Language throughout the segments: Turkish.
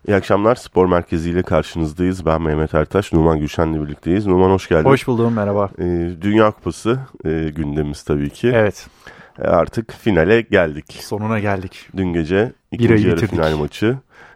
İyi akşamlar. Spor Merkezi ile karşınızdayız. Ben Mehmet Ertaş, Numan Gülşen'le birlikteyiz. Numan hoş geldin. Hoş buldum, merhaba. Dünya Kupası gündemimiz tabii ki. Evet. Artık finale geldik. Sonuna geldik. Dün gece ikinci yarı final maçı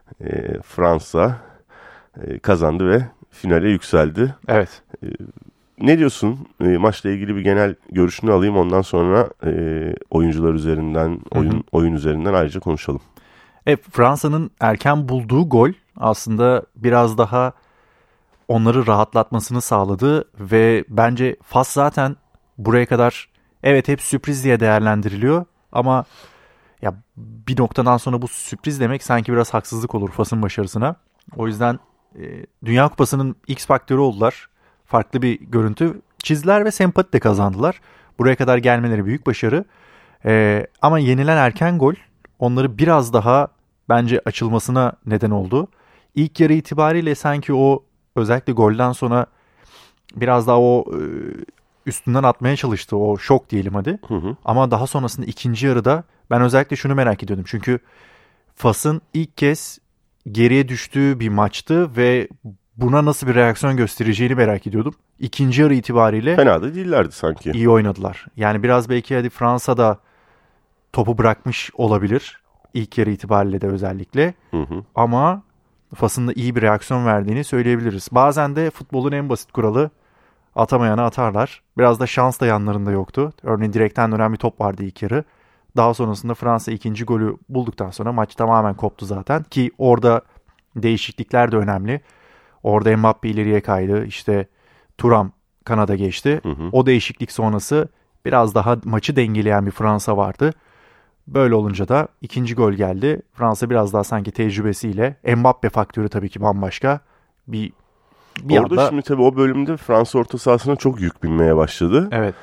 Fransa kazandı ve finale yükseldi. Evet. Ne diyorsun? Maçla ilgili bir genel görüşünü alayım. Ondan sonra oyuncular üzerinden, oyun üzerinden ayrıca konuşalım. Fransa'nın erken bulduğu gol aslında biraz daha onları rahatlatmasını sağladı ve bence Fas zaten buraya kadar evet hep sürpriz diye değerlendiriliyor ama ya bir noktadan sonra bu sürpriz demek sanki biraz haksızlık olur Fas'ın başarısına. O yüzden Dünya Kupası'nın X faktörü oldular. Farklı bir görüntü çizdiler ve sempati de kazandılar. Buraya kadar gelmeleri büyük başarı. Ama yenilen erken gol onları biraz daha bence açılmasına neden oldu. İlk yarı itibariyle sanki o özellikle golden sonra biraz daha o üstünden atmaya çalıştı. O şok diyelim hadi. Ama daha sonrasında ikinci yarıda ben özellikle şunu merak ediyordum. Çünkü Fas'ın ilk kez geriye düştüğü bir maçtı ve buna nasıl bir reaksiyon göstereceğini merak ediyordum. İkinci yarı itibariyle fena da değillerdi sanki. İyi oynadılar. Yani biraz belki hadi Fransa'da topu bırakmış olabilir. İlk yarı itibariyle de özellikle. Ama Fas'ın da iyi bir reaksiyon verdiğini söyleyebiliriz. Bazen de futbolun en basit kuralı atamayana atarlar. Biraz da şans da yanlarında yoktu. Örneğin direkten dönen bir top vardı ilk yarı. Daha sonrasında Fransa ikinci golü bulduktan sonra maç tamamen koptu zaten. Ki orada değişiklikler de önemli. Orada Mbappe ileriye kaydı. İşte Thuram kanada geçti. O değişiklik sonrası biraz daha maçı dengeleyen bir Fransa vardı. Böyle olunca da ikinci gol geldi. Fransa biraz daha sanki tecrübesiyle Mbappe faktörü tabii ki bambaşka bir orada anda... Şimdi tabii o bölümde Fransa orta sahasına çok yük binmeye başladı. Evet.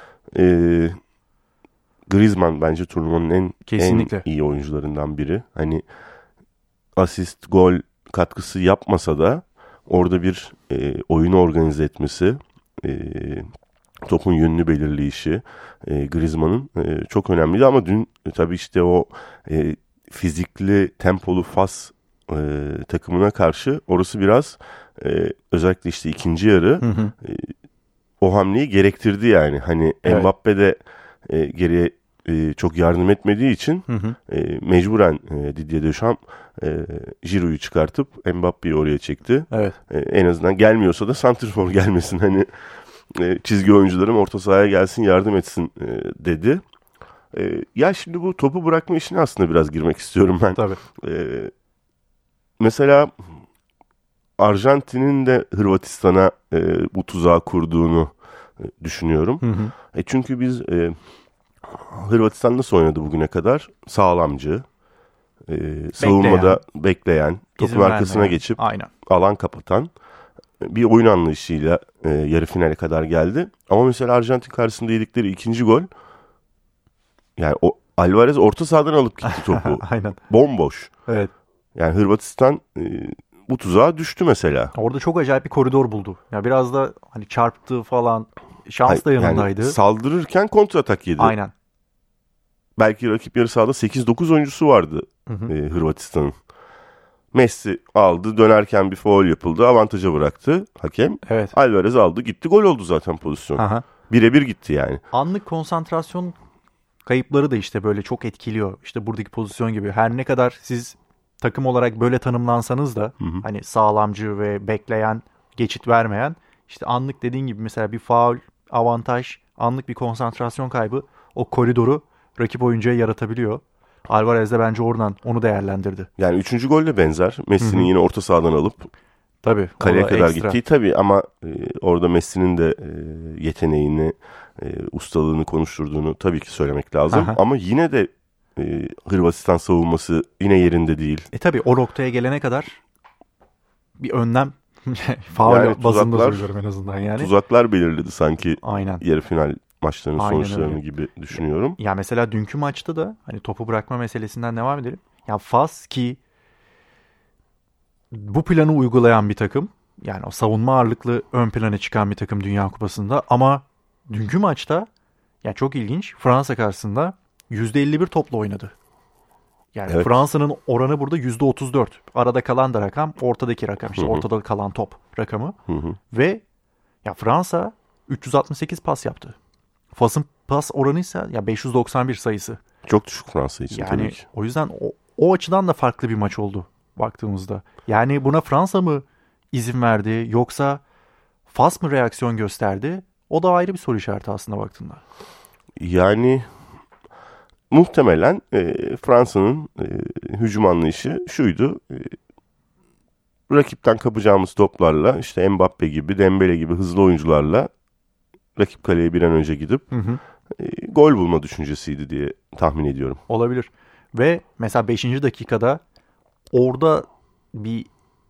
Griezmann bence turnuvanın en iyi oyuncularından biri. Hani asist, gol katkısı yapmasa da orada bir oyunu organize etmesi, topun yönünü belirleyişi Griezmann'ın çok önemliydi. Ama dün tabii işte o fizikli, tempolu Fas takımına karşı orası biraz özellikle işte ikinci yarı o hamleyi gerektirdi yani. Hani evet. Mbappe de geriye çok yardım etmediği için mecburen Didier Deschamps Giroud'u çıkartıp Mbappe'yi oraya çekti. Evet. En azından gelmiyorsa da santrfor gelmesin. Hani çizgi oyuncularım orta sahaya gelsin yardım etsin dedi. Ya şimdi bu topu bırakma işine aslında biraz girmek istiyorum ben. Tabii. Mesela Arjantin'in de Hırvatistan'a bu tuzağı kurduğunu düşünüyorum. Çünkü biz Hırvatistan nasıl oynadı bugüne kadar? Sağlamcı, savunmada bekleyen, topun arkasına geçip alan kapatan bir oyun anlayışıyla yarı finale kadar geldi. Ama mesela Arjantin karşısında yedikleri ikinci gol, yani o Alvarez orta sahadan alıp gitti topu. Aynen. Bomboş. Evet. Yani Hırvatistan bu tuzağa düştü mesela. Orada çok acayip bir koridor buldu. Ya biraz da hani çarptı falan, şans da yanındaydı. Yani saldırırken kontratak yedi. Aynen. Belki rakip yarı sahada 8-9 oyuncusu vardı Hırvatistan'ın. Messi aldı, dönerken bir faul yapıldı, avantaja bıraktı hakem. Evet. Alvarez aldı, gitti, gol oldu zaten pozisyon. Birebir gitti yani. Anlık konsantrasyon kayıpları da işte böyle çok etkiliyor. İşte buradaki pozisyon gibi. Her ne kadar siz takım olarak böyle tanımlansanız da hani sağlamcı ve bekleyen, geçit vermeyen, işte anlık dediğin gibi mesela bir faul, avantaj, anlık bir konsantrasyon kaybı o koridoru rakip oyuncuya yaratabiliyor. Alvarez de bence oradan onu değerlendirdi. Yani 3. golle benzer. Messi'nin yine orta sahadan alıp kaleye kadar gittiği tabii ama orada Messi'nin de yeteneğini, ustalığını konuşturduğunu tabii ki söylemek lazım. Ama yine de Hırvatistan savunması yine yerinde değil. Tabii o noktaya gelene kadar bir önlem faul yani bazında söylüyorum en azından yani. Tuzaklar belirledi sanki. Yarı final maçlarının sonuçlarını öyle gibi düşünüyorum. Ya mesela dünkü maçta da hani topu bırakma meselesinden devam edelim. Ya Fas ki bu planı uygulayan bir takım. Yani o savunma ağırlıklı ön plana çıkan bir takım Dünya Kupası'nda. Ama dünkü maçta ya çok ilginç, Fransa karşısında %51 topla oynadı. Yani Evet. Fransa'nın oranı burada %34. Arada kalan da rakam, ortadaki rakam. İşte ortada kalan top rakamı. Ve ya Fransa 368 pas yaptı. Fas'ın pas oranı ise ya 591 sayısı. Çok düşük Fransa için yani, tabii ki. O yüzden o açıdan da farklı bir maç oldu baktığımızda. Yani buna Fransa mı izin verdi yoksa Fas mı reaksiyon gösterdi? O da ayrı bir soru işareti aslında baktığında. Yani muhtemelen Fransa'nın hücum anlayışı şuydu. Rakipten kapacağımız toplarla işte Mbappe gibi, Dembele gibi hızlı oyuncularla rakip kaleye bir an önce gidip gol bulma düşüncesiydi diye tahmin ediyorum. Olabilir. Ve mesela 5. dakikada orada bir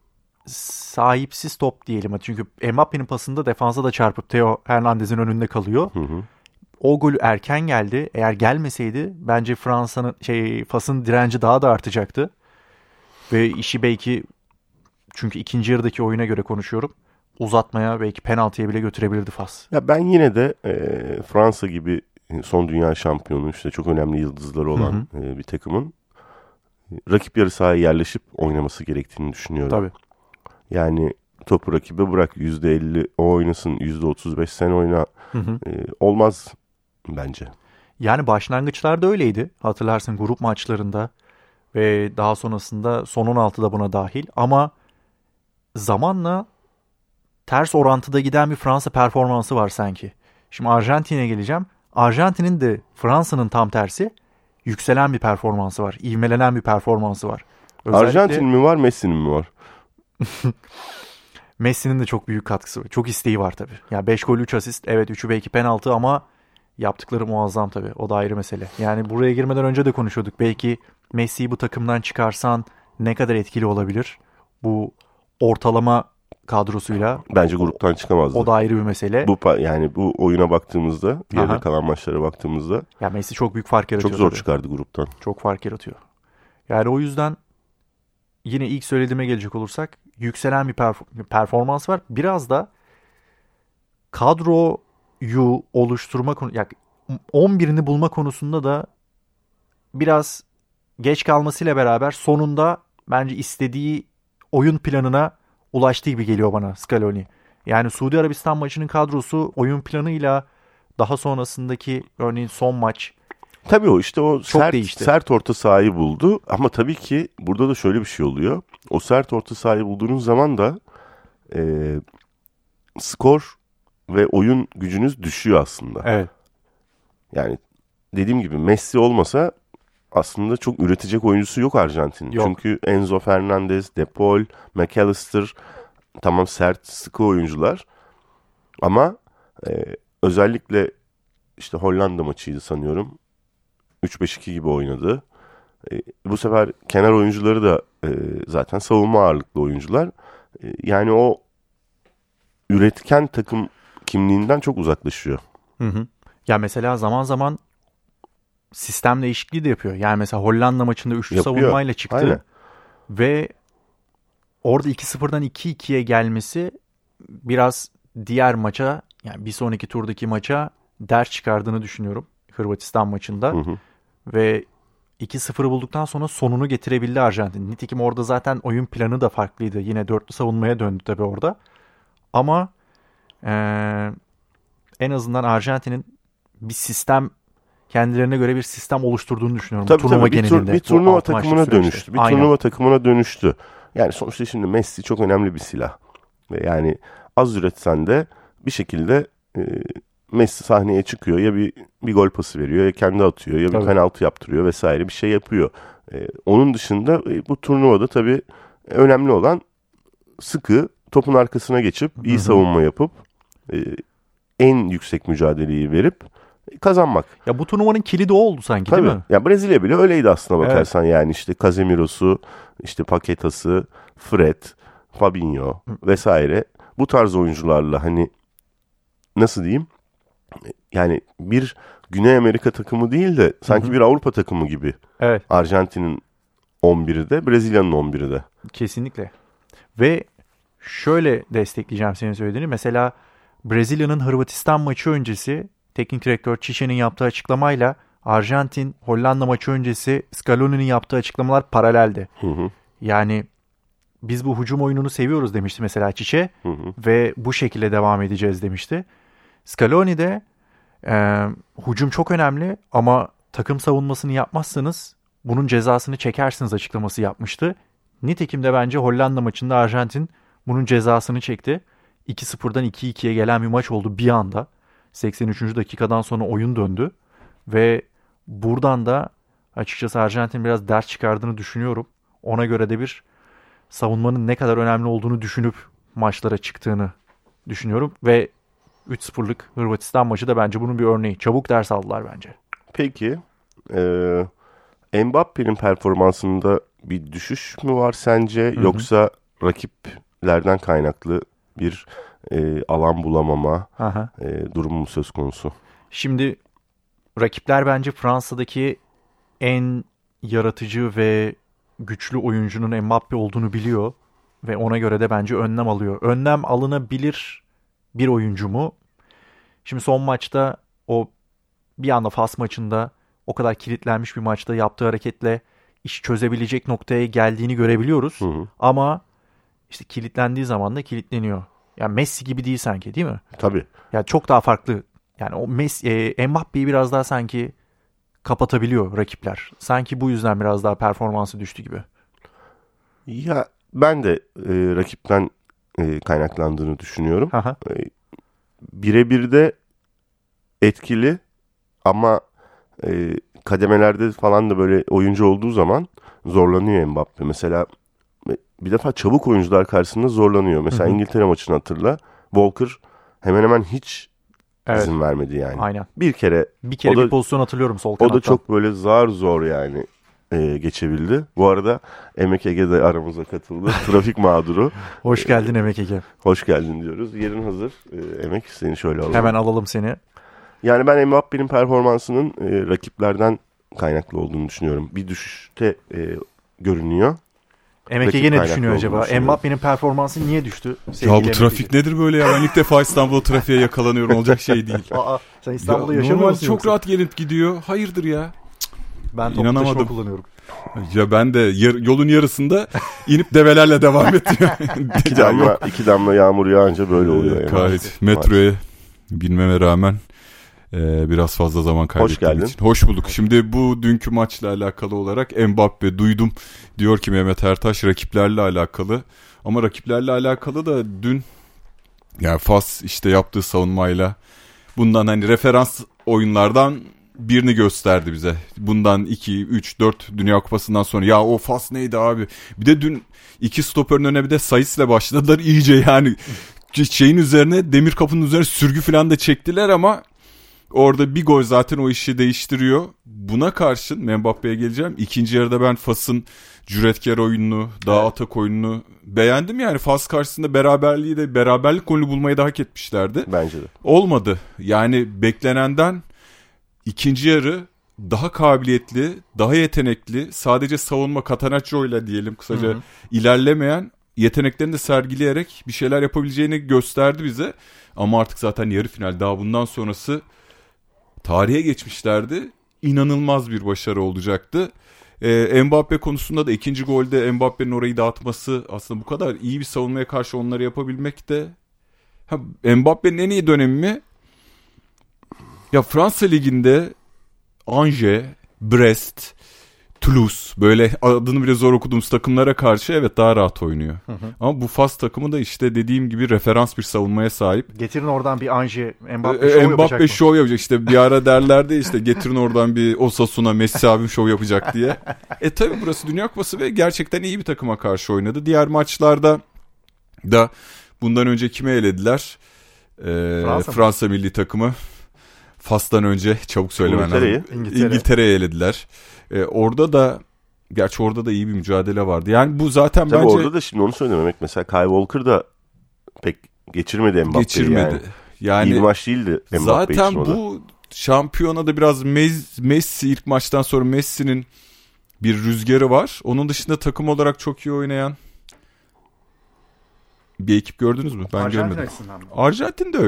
sahipsiz top diyelim. Çünkü Mbappe'nin pasında defansa da çarpıp Theo Hernandez'in önünde kalıyor. O golü erken geldi. Eğer gelmeseydi bence Fas'ın direnci daha da artacaktı. Ve işi belki, çünkü ikinci yarıdaki oyuna göre konuşuyorum, uzatmaya, belki penaltıya bile götürebilirdi Fas. Ya ben yine de Fransa gibi son dünya şampiyonu, işte çok önemli yıldızları olan bir takımın rakip yarı sahaya yerleşip oynaması gerektiğini düşünüyorum. Tabii. Yani topu rakibe bırak, %50 o oynasın, %35 sen oyna. Olmaz bence. Yani başlangıçlarda öyleydi. Hatırlarsın grup maçlarında ve daha sonrasında son 16'da buna dahil. Ama zamanla ters orantıda giden bir Fransa performansı var sanki. Şimdi Arjantin'e geleceğim. Arjantin'in de Fransa'nın tam tersi yükselen bir performansı var. İvmelenen bir performansı var. Özellikle Arjantin mi var, Messi'nin mi var? Messi'nin de çok büyük katkısı var. Çok isteği var tabii. Yani 5 gol 3 asist. Evet, 3'ü belki penaltı ama yaptıkları muazzam tabii. O da ayrı mesele. Yani buraya girmeden önce de konuşuyorduk. Belki Messi'yi bu takımdan çıkarsan ne kadar etkili olabilir? Bu ortalama kadrosuyla. Bence gruptan çıkamazdı. O da ayrı bir mesele. Yani bu oyuna baktığımızda, geride kalan maçlara baktığımızda. Ya Messi çok büyük fark yaratıyor. Çok zor çıkardı gruptan. Çok fark yaratıyor. Yani o yüzden yine ilk söylediğime gelecek olursak yükselen bir performans var. Biraz da kadroyu oluşturma yani 11'ini bulma konusunda da biraz geç kalmasıyla beraber sonunda bence istediği oyun planına ulaştığı gibi geliyor bana Scaloni. Yani Suudi Arabistan maçının kadrosu oyun planıyla daha sonrasındaki örneğin son maç. Tabii o işte o sert orta sahayı buldu. Ama tabii ki burada da şöyle bir şey oluyor. O sert orta sahayı bulduğunuz zaman da skor ve oyun gücünüz düşüyor aslında. Evet. Yani dediğim gibi Messi olmasa aslında çok üretecek oyuncusu yok Arjantin'in. Çünkü Enzo Fernandez, De Paul, McAllister tamam sert, sıkı oyuncular. Ama özellikle işte Hollanda maçıydı sanıyorum. 3-5-2 gibi oynadı. Bu sefer kenar oyuncuları da zaten savunma ağırlıklı oyuncular. Yani o üretken takım kimliğinden çok uzaklaşıyor. Ya mesela zaman zaman sistem değişikliği de yapıyor. Yani mesela Hollanda maçında üçlü savunmayla çıktı. Aynen. Ve orada 2-0'dan 2-2'ye gelmesi biraz diğer maça, yani bir sonraki turdaki maça ders çıkardığını düşünüyorum. Hırvatistan maçında. Ve 2-0'ı bulduktan sonra sonunu getirebildi Arjantin. Nitekim orada zaten oyun planı da farklıydı. Yine dörtlü savunmaya döndü tabii orada. Ama en azından Arjantin'in bir sistem, kendilerine göre bir sistem oluşturduğunu düşünüyorum. Tabii, turnuva genelinde. Bir turnuva takımına dönüştü. Turnuva takımına dönüştü. Yani sonuçta şimdi Messi çok önemli bir silah. Ve yani az üretsen de bir şekilde Messi sahneye çıkıyor. Ya bir gol pası veriyor, ya kendi atıyor, ya bir penaltı yaptırıyor vesaire bir şey yapıyor. Onun dışında bu turnuvada tabii önemli olan sıkı topun arkasına geçip iyi savunma yapıp en yüksek mücadeleyi verip kazanmak. Ya bu turnuvanın kilidi oldu sanki, tabii, değil mi? Ya Brezilya bile öyleydi aslına bakarsan. Evet. Yani işte Casemiro'su, işte Paqueta'sı, Fred, Fabinho vesaire bu tarz oyuncularla hani nasıl diyeyim? Yani bir Güney Amerika takımı değil de sanki bir Avrupa takımı gibi. Evet. Arjantin'in 11'i de, Brezilya'nın 11'i de. Kesinlikle. Ve şöyle destekleyeceğim senin söylediğini. Mesela Brezilya'nın Hırvatistan maçı öncesi teknik direktör Çişe'nin yaptığı açıklamayla Arjantin Hollanda maçı öncesi Scaloni'nin yaptığı açıklamalar paraleldi. Yani biz bu hücum oyununu seviyoruz demişti mesela Çiçe ve bu şekilde devam edeceğiz demişti. Scaloni de hücum çok önemli ama takım savunmasını yapmazsanız bunun cezasını çekersiniz açıklaması yapmıştı. Nitekim de bence Hollanda maçında Arjantin bunun cezasını çekti. 2-0'dan 2-2'ye gelen bir maç oldu bir anda. 83. dakikadan sonra oyun döndü. Ve buradan da açıkçası Arjantin biraz ders çıkardığını düşünüyorum. Ona göre de bir savunmanın ne kadar önemli olduğunu düşünüp maçlara çıktığını düşünüyorum. Ve 3-0'lık Hırvatistan maçı da bence bunun bir örneği. Çabuk ders aldılar bence. Peki Mbappe'nin performansında bir düşüş mü var sence? Yoksa rakiplerden kaynaklı bir alan bulamama durumu söz konusu? Şimdi rakipler bence Fransa'daki en yaratıcı ve güçlü oyuncunun Mbappe olduğunu biliyor. Ve ona göre de bence önlem alıyor. Önlem alınabilir bir oyuncu mu? Şimdi son maçta o bir anda Fas maçında o kadar kilitlenmiş bir maçta yaptığı hareketle iş çözebilecek noktaya geldiğini görebiliyoruz. Ama işte kilitlendiği zaman da kilitleniyor. Yani Messi gibi değil sanki, değil mi? Tabii. Yani çok daha farklı. Yani o Mbappe'yi biraz daha sanki kapatabiliyor rakipler. Sanki bu yüzden biraz daha performansı düştü gibi. Ya ben de rakipten kaynaklandığını düşünüyorum. Birebir de etkili ama kademelerde falan da böyle oyuncu olduğu zaman zorlanıyor Mbappe. Mesela bir defa çabuk oyuncular karşısında zorlanıyor. Mesela İngiltere maçını hatırla. Walker hemen hemen hiç izin vermedi yani. Aynen. Bir kere bir pozisyon hatırlıyorum sol kanatta. O da çok böyle zor yani geçebildi. Bu arada Emek Ege de aramıza katıldı. Trafik mağduru. Hoş geldin Emek Ege. Hoş geldin diyoruz. Yerin hazır. Emek, seni şöyle alalım. Hemen alalım seni. Yani ben Mbappe'nin performansının rakiplerden kaynaklı olduğunu düşünüyorum. Bir düşüşte görünüyor. Emek Ege ne düşünüyor acaba? Mbappe'nin performansı niye düştü? Ya bu trafik nedir böyle ya? Ben ilk defa İstanbul'da trafiğe yakalanıyorum. Olacak şey değil. Sen İstanbul'da yaşamıyor musun? Çok rahat gelip gidiyor. Hayırdır ya? Ben toplu taşıma kullanıyorum. Ya ben de yolun yarısında inip develerle devam ettim. İki damla yağmur yağınca böyle oluyor. Gayet metroya binmeme rağmen biraz fazla zaman kaybettiğim için. Hoş bulduk. Şimdi bu dünkü maçla alakalı olarak Mbappe duydum. Diyor ki Mehmet Ertaş rakiplerle alakalı. Ama rakiplerle alakalı da dün yani Fas işte yaptığı savunmayla bundan hani referans oyunlardan birini gösterdi bize. Bundan 2, 3, 4 Dünya Kupası'ndan sonra ya o Fas neydi abi? Bir de dün iki stoperin önüne bir de Sais'le başladılar iyice yani şeyin üzerine demir kapının üzerine sürgü falan da çektiler ama orada bir gol zaten o işi değiştiriyor. Buna karşın Mbappe'ye geleceğim. İkinci yarıda ben Fas'ın cüretkar oyununu, daha atak oyununu beğendim. Yani Fas karşısında beraberlik golü bulmayı da hak etmişlerdi. Bence de. Olmadı. Yani beklenenden ikinci yarı daha kabiliyetli, daha yetenekli, sadece savunma Catenaccio ile diyelim kısaca ilerlemeyen yeteneklerini de sergileyerek bir şeyler yapabileceğini gösterdi bize. Ama artık zaten yarı final, daha bundan sonrası tarihe geçmişlerdi. İnanılmaz bir başarı olacaktı. Mbappe konusunda da ikinci golde Mbappe'nin orayı dağıtması, aslında bu kadar iyi bir savunmaya karşı onları yapabilmek de Mbappe'nin en iyi dönemi mi? Ya Fransa Ligi'nde Angers, Brest, Toulouse böyle adını bile zor okuduğumuz takımlara karşı evet daha rahat oynuyor. Ama bu Fas takımı da işte dediğim gibi referans bir savunmaya sahip. Getirin oradan bir Angers, Mbappe şov yapacak işte bir ara derlerdi işte getirin oradan bir Osasuna, Messi abim şov yapacak diye. Tabii burası Dünya Kupası ve gerçekten iyi bir takıma karşı oynadı. Diğer maçlarda da bundan önce kime elediler? Fransa milli takımı. Fas'tan önce çabuk söylemen lazım. İngiltere'ye elediler. Orada da iyi bir mücadele vardı. Yani bu zaten tabii bence... Orada da şimdi onu söylememek. Mesela Kyle Walker da pek geçirmedi Mbappe'yi. Yani. İyi bir maç değildi Mbappe için o da. Zaten bu şampiyonada biraz Messi ilk maçtan sonra Messi'nin bir rüzgarı var. Onun dışında takım olarak çok iyi oynayan bir ekip gördünüz mü? Ben görmedim. Arjantin de öyle.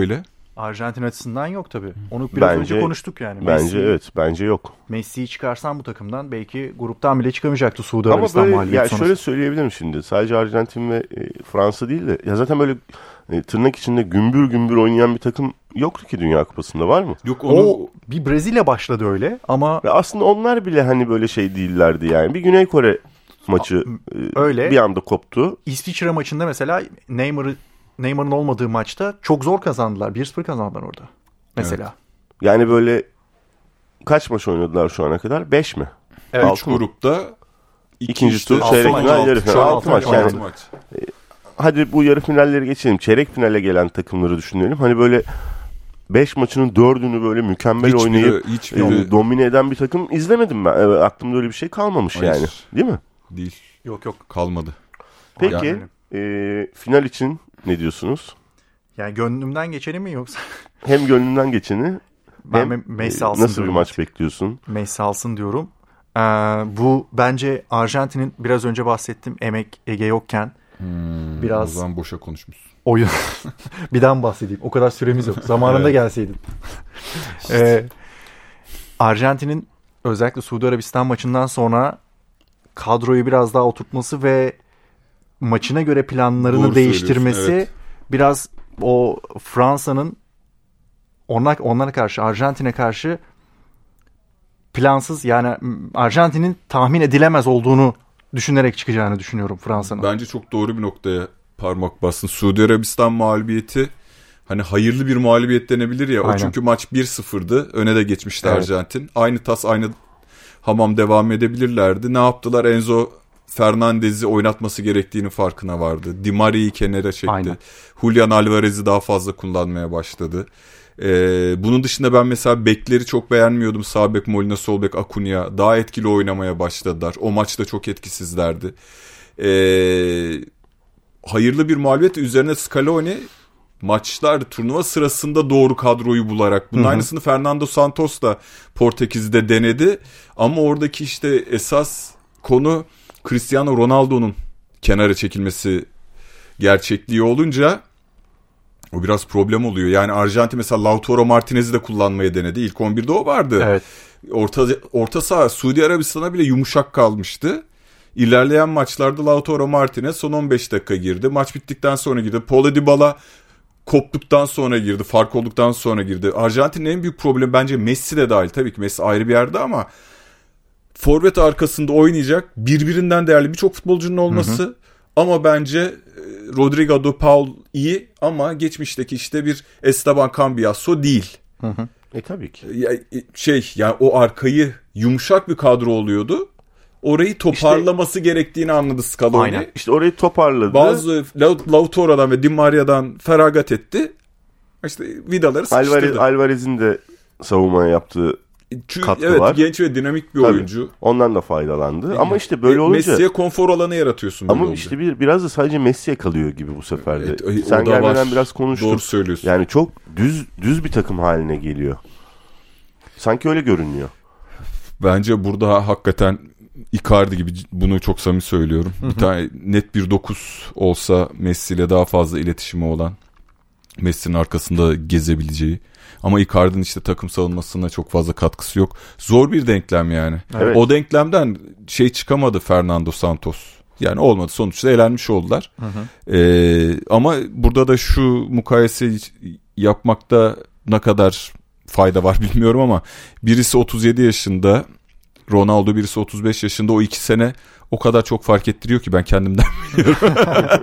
Arjantin açısından yok tabii. Onu biraz önce konuştuk yani. Bence bence yok. Messi'yi çıkarsan bu takımdan belki gruptan bile çıkamayacaktı Suudi Arabistan mağlubiyeti sonrası. Şöyle söyleyebilirim şimdi. Sadece Arjantin ve Fransa değil de ya zaten böyle tırnak içinde gümbür gümbür oynayan bir takım yoktu ki Dünya Kupası'nda, var mı? Yok, o bir Brezilya başladı öyle ama... Ve aslında onlar bile hani böyle şey değillerdi yani. Bir Güney Kore maçı öyle bir anda koptu. İsviçre maçında mesela Neymar'ın olmadığı maçta çok zor kazandılar. 1-0 kazandılar orada mesela. Evet. Yani böyle kaç maç oynadılar şu ana kadar? 5 mi? Evet. 3 grupta ikinci tur, çeyrek final, yarı final. 6 maç. Yani, hadi bu yarı finalleri geçelim. Çeyrek finale gelen takımları düşünelim. Hani böyle 5 maçının 4'ünü böyle mükemmel oynayıp domine eden bir takım izlemedim ben. Evet, aklımda öyle bir şey kalmamış. Hayır. Yani. Değil mi? Değil. Yok. Kalmadı. Peki final için ne diyorsunuz? Yani gönlümden geçeni mi yoksa? Hem gönlümden geçeni hem Messi alsın nasıl bir maç bekliyorsun? Messi alsın diyorum. Bu bence Arjantin'in biraz önce bahsettiğim emek Ege yokken biraz... O zaman boşa konuşmuşsun. Oyun. Birden bahsedeyim. O kadar süremiz yok. Zamanında gelseydin. Arjantin'in özellikle Suudi Arabistan maçından sonra kadroyu biraz daha oturtması ve maçına göre planlarını değiştirmesi biraz o Fransa'nın onlara karşı, Arjantin'e karşı plansız, yani Arjantin'in tahmin edilemez olduğunu düşünerek çıkacağını düşünüyorum Fransa'nın. Bence çok doğru bir noktaya parmak bastın. Suudi Arabistan mağlubiyeti hani hayırlı bir mağlubiyet denebilir ya. Aynen. O çünkü maç 1-0'dı. Öne de geçmişti Arjantin. Aynı tas aynı hamam devam edebilirlerdi. Ne yaptılar? Enzo Fernandez'i oynatması gerektiğinin farkına vardı. Di Maria'yı kenara çekti. Aynen. Julian Alvarez'i daha fazla kullanmaya başladı. Bunun dışında ben mesela bekleri çok beğenmiyordum. Sağ bek Molina, sol bek Acuna daha etkili oynamaya başladılar. O maçta çok etkisizlerdi. Hayırlı bir mağlubiyet üzerine Scaloni maçlar turnuva sırasında doğru kadroyu bularak bunun aynısını Fernando Santos da Portekiz'de denedi. Ama oradaki işte esas konu Cristiano Ronaldo'nun kenara çekilmesi gerçekliği olunca o biraz problem oluyor. Yani Arjantin mesela Lautaro Martinez'i de kullanmayı denedi. İlk 11'de o vardı. Evet. Orta saha Suudi Arabistan'a bile yumuşak kalmıştı. İlerleyen maçlarda Lautaro Martinez son 15 dakika girdi. Maç bittikten sonra girdi. Paulo Dybala koptuktan sonra girdi. Fark olduktan sonra girdi. Arjantin'in en büyük problemi bence Messi de dahil. Tabii ki Messi ayrı bir yerde ama forvet arkasında oynayacak birbirinden değerli birçok futbolcunun olması. Ama bence Rodrigo de Paul iyi ama geçmişteki işte bir Esteban Cambiasso değil. Tabii ki. Yani o arkayı yumuşak bir kadro oluyordu. Orayı toparlaması gerektiğini anladı Scaloni. Aynen. İşte orayı toparladı. Bazı Lautaro'dan ve Di Maria'dan feragat etti. İşte vidaları sıkıştırdı. Alvarez'in de savunmaya yaptığı katkı var. Genç ve dinamik bir oyuncu. Ondan da faydalandı. Ama işte böyle olunca Messi'ye konfor alanı yaratıyorsun. Ama işte biraz da sadece Messi'ye kalıyor gibi bu sefer de. Sen gelmeden biraz konuştuk. Doğru söylüyorsun. Yani çok düz bir takım haline geliyor. Sanki öyle görünüyor. Bence burada hakikaten Icardi gibi, bunu çok samimi söylüyorum. Bir tane net bir 9 olsa Messi ile daha fazla iletişimi olan, Messi'nin arkasında gezebileceği. Ama Icardi'nin işte takım savunmasına çok fazla katkısı yok. Zor bir denklem yani. Evet. O denklemden çıkamadı Fernando Santos. Yani olmadı. Sonuçta elenmiş oldular. Ama burada da şu mukayese yapmakta ne kadar fayda var bilmiyorum ama birisi 37 yaşında, Ronaldo birisi 35 yaşında, o 2 sene o kadar çok fark ettiriyor ki ben kendimden biliyorum.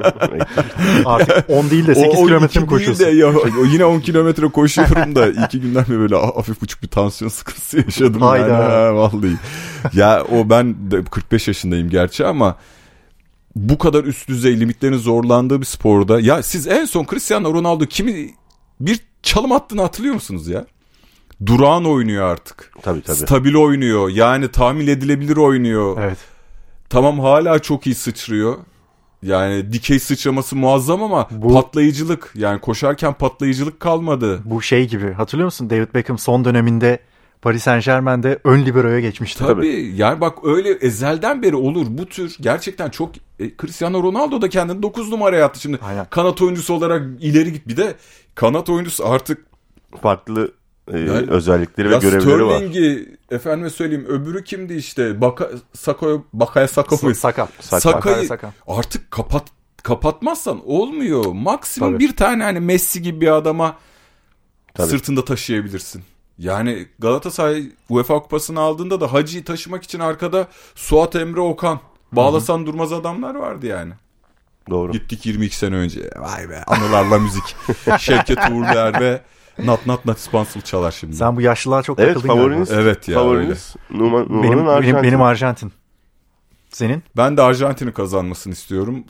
Artık 10 değil de 8 kilometre mi koşuyorsun? Yine 10 kilometre koşuyorum da 2 günden beri böyle hafif buçuk bir tansiyon sıkıntısı yaşadım. Hayda. Yani, vallahi. Ya ben de 45 yaşındayım gerçi ama bu kadar üst düzey limitlerin zorlandığı bir sporda, ya siz en son Cristiano Ronaldo kimi bir çalım attığını hatırlıyor musunuz ya? Durağan oynuyor artık. Tabii. Stabil oynuyor. Yani tahmin edilebilir oynuyor. Evet. Tamam, hala çok iyi sıçrıyor. Yani dikey sıçraması muazzam ama patlayıcılık, yani koşarken patlayıcılık kalmadı. Bu gibi, hatırlıyor musun? David Beckham son döneminde Paris Saint-Germain'de ön libero'ya geçmişti. Tabii. Yani bak, öyle ezelden beri olur bu tür gerçekten çok. Cristiano Ronaldo da kendini 9 numaraya attı şimdi. Aynen. Kanat oyuncusu olarak ileri git, bir de kanat oyuncusu artık farklı özellikleri ve görevleri var. Sterling'i efendime söyleyeyim, öbürü kimdi işte? Bakaya Saka'yı artık kapatmazsan olmuyor. Maksimum tabii bir tane hani Messi gibi bir adama sırtında taşıyabilirsin. Yani Galatasaray UEFA Kupası'nı aldığında da Hacı'yı taşımak için arkada Suat Emre Okan, bağlasan durmaz adamlar vardı yani. Doğru. Gittik 22 sene önce. Vay be, anılarla müzik. Şevket Uğurluer ve Not Spansel çalar şimdi. Sen bu yaşlılar çok takıldın favoriniz, galiba. Evet ya. Favoriniz Numan'ın Arjantin. Benim Arjantin. Senin? Ben de Arjantin'i kazanmasını istiyorum.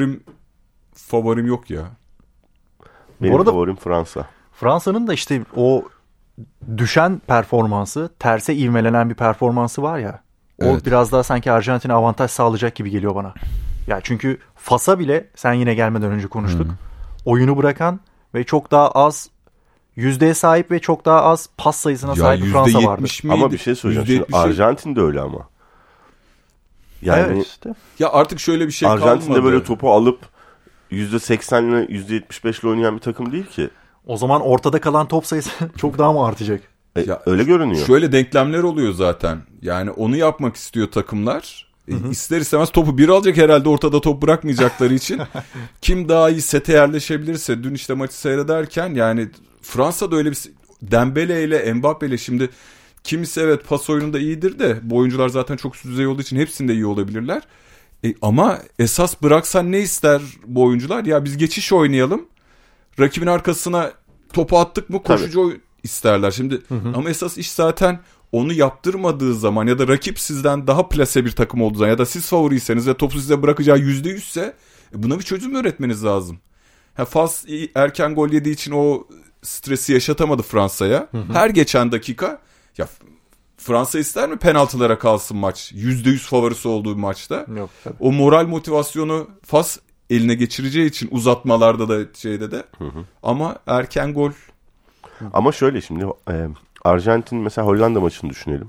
Favorim yok ya. Benim favorim Fransa. Fransa'nın da işte o düşen performansı, terse ivmelenen bir performansı var ya. O biraz daha sanki Arjantin'e avantaj sağlayacak gibi geliyor bana. Ya çünkü Fas'a bile sen yine gelmeden önce konuştuk. Oyunu bırakan ve çok daha az yüzdeye sahip ve çok daha az pas sayısına sahip bir Fransa vardı. Ama bir şey söyleyeceğim. Arjantin de öyle ama. Yani evet işte. Ya artık şöyle bir şey Arjantin'de kalmadı. böyle topu alıp %80'le %75'le oynayan bir takım değil ki. O zaman ortada kalan top sayısı çok daha mı artacak? Ya, öyle görünüyor. Şöyle denklemler oluyor zaten. Yani onu yapmak istiyor takımlar. İster istemez topu bir alacak herhalde, ortada top bırakmayacakları için. Kim daha iyi sete yerleşebilirse. Dün işte maçı seyrederken yani Fransa'da öyle bir Dembele ile Mbappe ile, şimdi kimisi evet pas oyununda iyidir de bu oyuncular zaten çok üst düzey olduğu için hepsinde iyi olabilirler. Ama esas bıraksan ne ister bu oyuncular? Ya biz geçiş oynayalım. Rakibin arkasına topu attık mı koşucu oyun isterler. Şimdi ama esas iş zaten onu yaptırmadığı zaman ya da rakip sizden daha plase bir takım olduğu zaman ya da siz favoriyseniz ve topu size bırakacağı %100'se buna bir çözüm üretmeniz lazım. Fas erken gol yediği için o stresi yaşatamadı Fransa'ya. Her geçen dakika ya Fransa ister mi penaltılara kalsın maç? %100 favorisi olduğu maçta. Yok, tabii. O moral motivasyonu Fas eline geçireceği için uzatmalarda da şeyde de. Ama erken gol. Ama şöyle şimdi Arjantin mesela Hollanda maçını düşünelim.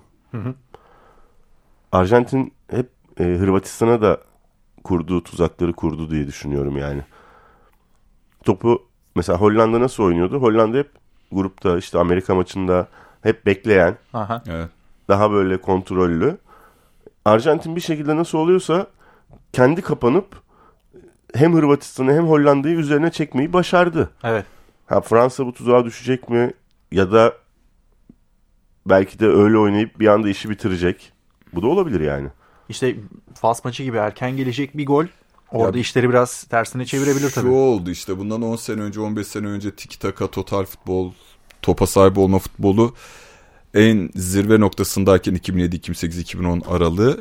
Arjantin hep Hırvatistan'a da kurduğu tuzakları kurdu diye düşünüyorum yani. Topu mesela Hollanda nasıl oynuyordu? Hollanda hep grupta işte Amerika maçında hep bekleyen, evet, daha böyle kontrollü. Arjantin bir şekilde nasıl oluyorsa kendi kapanıp hem Hırvatistan'ı hem Hollanda'yı üzerine çekmeyi başardı. Evet. Fransa bu tuzağa düşecek mi? Ya da belki de öyle oynayıp bir anda işi bitirecek. Bu da olabilir yani. İşte Fas maçı gibi erken gelecek bir gol orada işleri biraz tersine çevirebilir tabii. Şu oldu işte bundan 10 sene önce 15 sene önce tiki taka, total futbol, topa sahip olma futbolu en zirve noktasındayken 2007, 2008, 2010 aralığı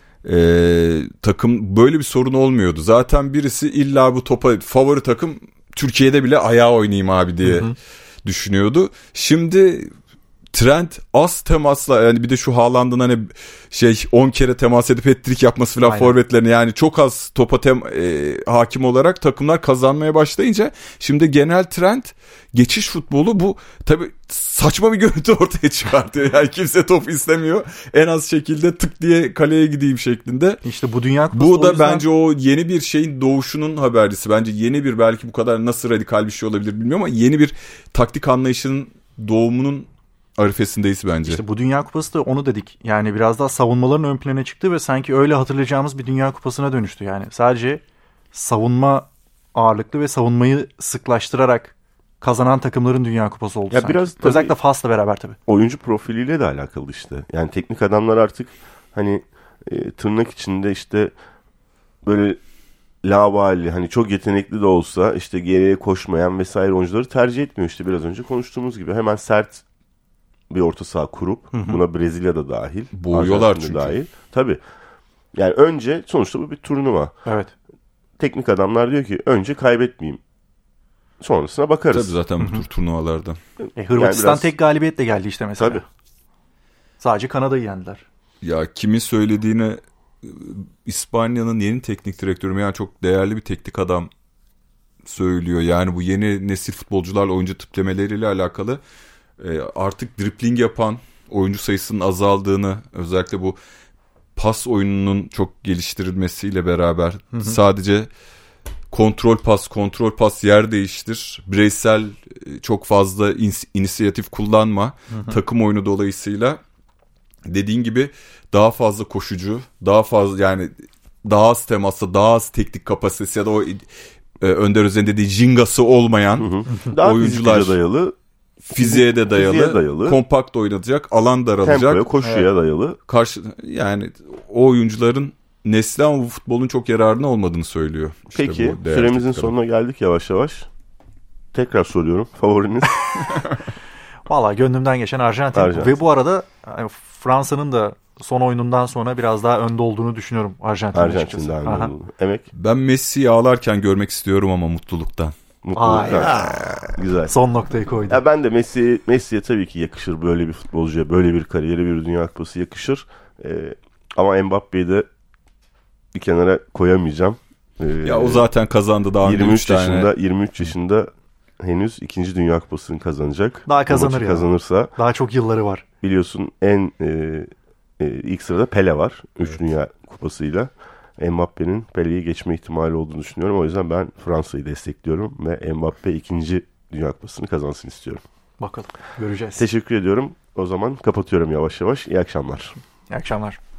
takım böyle bir sorun olmuyordu. Zaten birisi illa bu topa favori takım Türkiye'de bile ayağa oynayayım abi diye düşünüyordu. Şimdi trend az temasla, yani bir de şu Haaland'ın hani 10 kere temas edip hat-trick yapması falan forvetlerine, yani çok az topa hakim olarak takımlar kazanmaya başlayınca şimdi genel trend geçiş futbolu. Bu tabii saçma bir görüntü ortaya çıkartıyor. Yani kimse top istemiyor. En az şekilde tık diye kaleye gideyim şeklinde. İşte bu Dünya Kupası, bu da yüzden bence o yeni bir şeyin doğuşunun habercisi. Bence yeni bir, belki bu kadar nasıl radikal bir şey olabilir bilmiyorum ama yeni bir taktik anlayışının doğumunun arifesindeyiz bence. İşte bu Dünya Kupası da onu dedik. Yani biraz daha savunmaların ön plana çıktı ve sanki öyle hatırlayacağımız bir Dünya Kupası'na dönüştü yani. Sadece savunma ağırlıklı ve savunmayı sıklaştırarak kazanan takımların Dünya Kupası oldu sanki. Biraz özellikle Fas'la beraber tabii. Oyuncu profiliyle de alakalı işte. Yani teknik adamlar artık hani tırnak içinde işte böyle laubali, hani çok yetenekli de olsa işte geriye koşmayan vesaire oyuncuları tercih etmiyor. İşte biraz önce konuştuğumuz gibi hemen sert bir orta saha kurup buna Brezilya'da dahil, boğuyorlar çünkü. Dahil. Tabii. Yani önce sonuçta bu bir turnuva. Evet. Teknik adamlar diyor ki önce kaybetmeyeyim. Sonrasına bakarız. Tabii zaten bu tür turnuvalarda. Hırvatistan yani tek galibiyetle geldi işte mesela. Tabii. Sadece Kanada'yı yendiler. Ya kimin söylediğine, İspanya'nın yeni teknik direktörü, yani çok değerli bir teknik adam söylüyor. Yani bu yeni nesil futbolcularla oyuncu tiplemeleriyle alakalı artık dribling yapan oyuncu sayısının azaldığını, özellikle bu pas oyununun çok geliştirilmesiyle beraber sadece kontrol pas, yer değiştir. Bireysel çok fazla inisiyatif kullanma. Takım oyunu dolayısıyla dediğin gibi daha fazla koşucu, daha fazla yani daha az temasla, daha az teknik kapasitesi ya da o Önder Özen'in dediği jingası olmayan oyuncular dayalı, fiziğe de dayalı, kompakt oynatacak, alan daralacak. Tempoya, koşuya dayalı. Yani o oyuncuların nesli ama bu futbolun çok yararına olmadığını söylüyor. İşte peki süremizin sonuna geldik yavaş yavaş. Tekrar soruyorum. Favoriniz? Valla gönlümden geçen Arjantin. Ve bu arada Fransa'nın da son oyunundan sonra biraz daha önde olduğunu düşünüyorum Arjantin'den. Emek. Ben Messi'yi ağlarken görmek istiyorum ama mutluluktan. Güzel. Son noktayı koydum. Ya ben de Messi'ye tabii ki yakışır, böyle bir futbolcuya, böyle bir kariyeri, bir Dünya Kupası yakışır. Ama Mbappe'yi de bir kenara koyamayacağım. Ya o zaten kazandı daha 23 yaşında henüz 2. Dünya Kupası'nı kazanacak. Daha kazanır ya. Kazanırsa. Daha çok yılları var. Biliyorsun ilk sırada Pele var. 3 Dünya Kupası'yla. Mbappe'nin Pele'yi geçme ihtimali olduğunu düşünüyorum. O yüzden ben Fransa'yı destekliyorum ve Mbappe 2. Dünya Kupası'nı kazansın istiyorum. Bakalım, göreceğiz. Teşekkür ediyorum. O zaman kapatıyorum yavaş yavaş. İyi akşamlar. İyi akşamlar.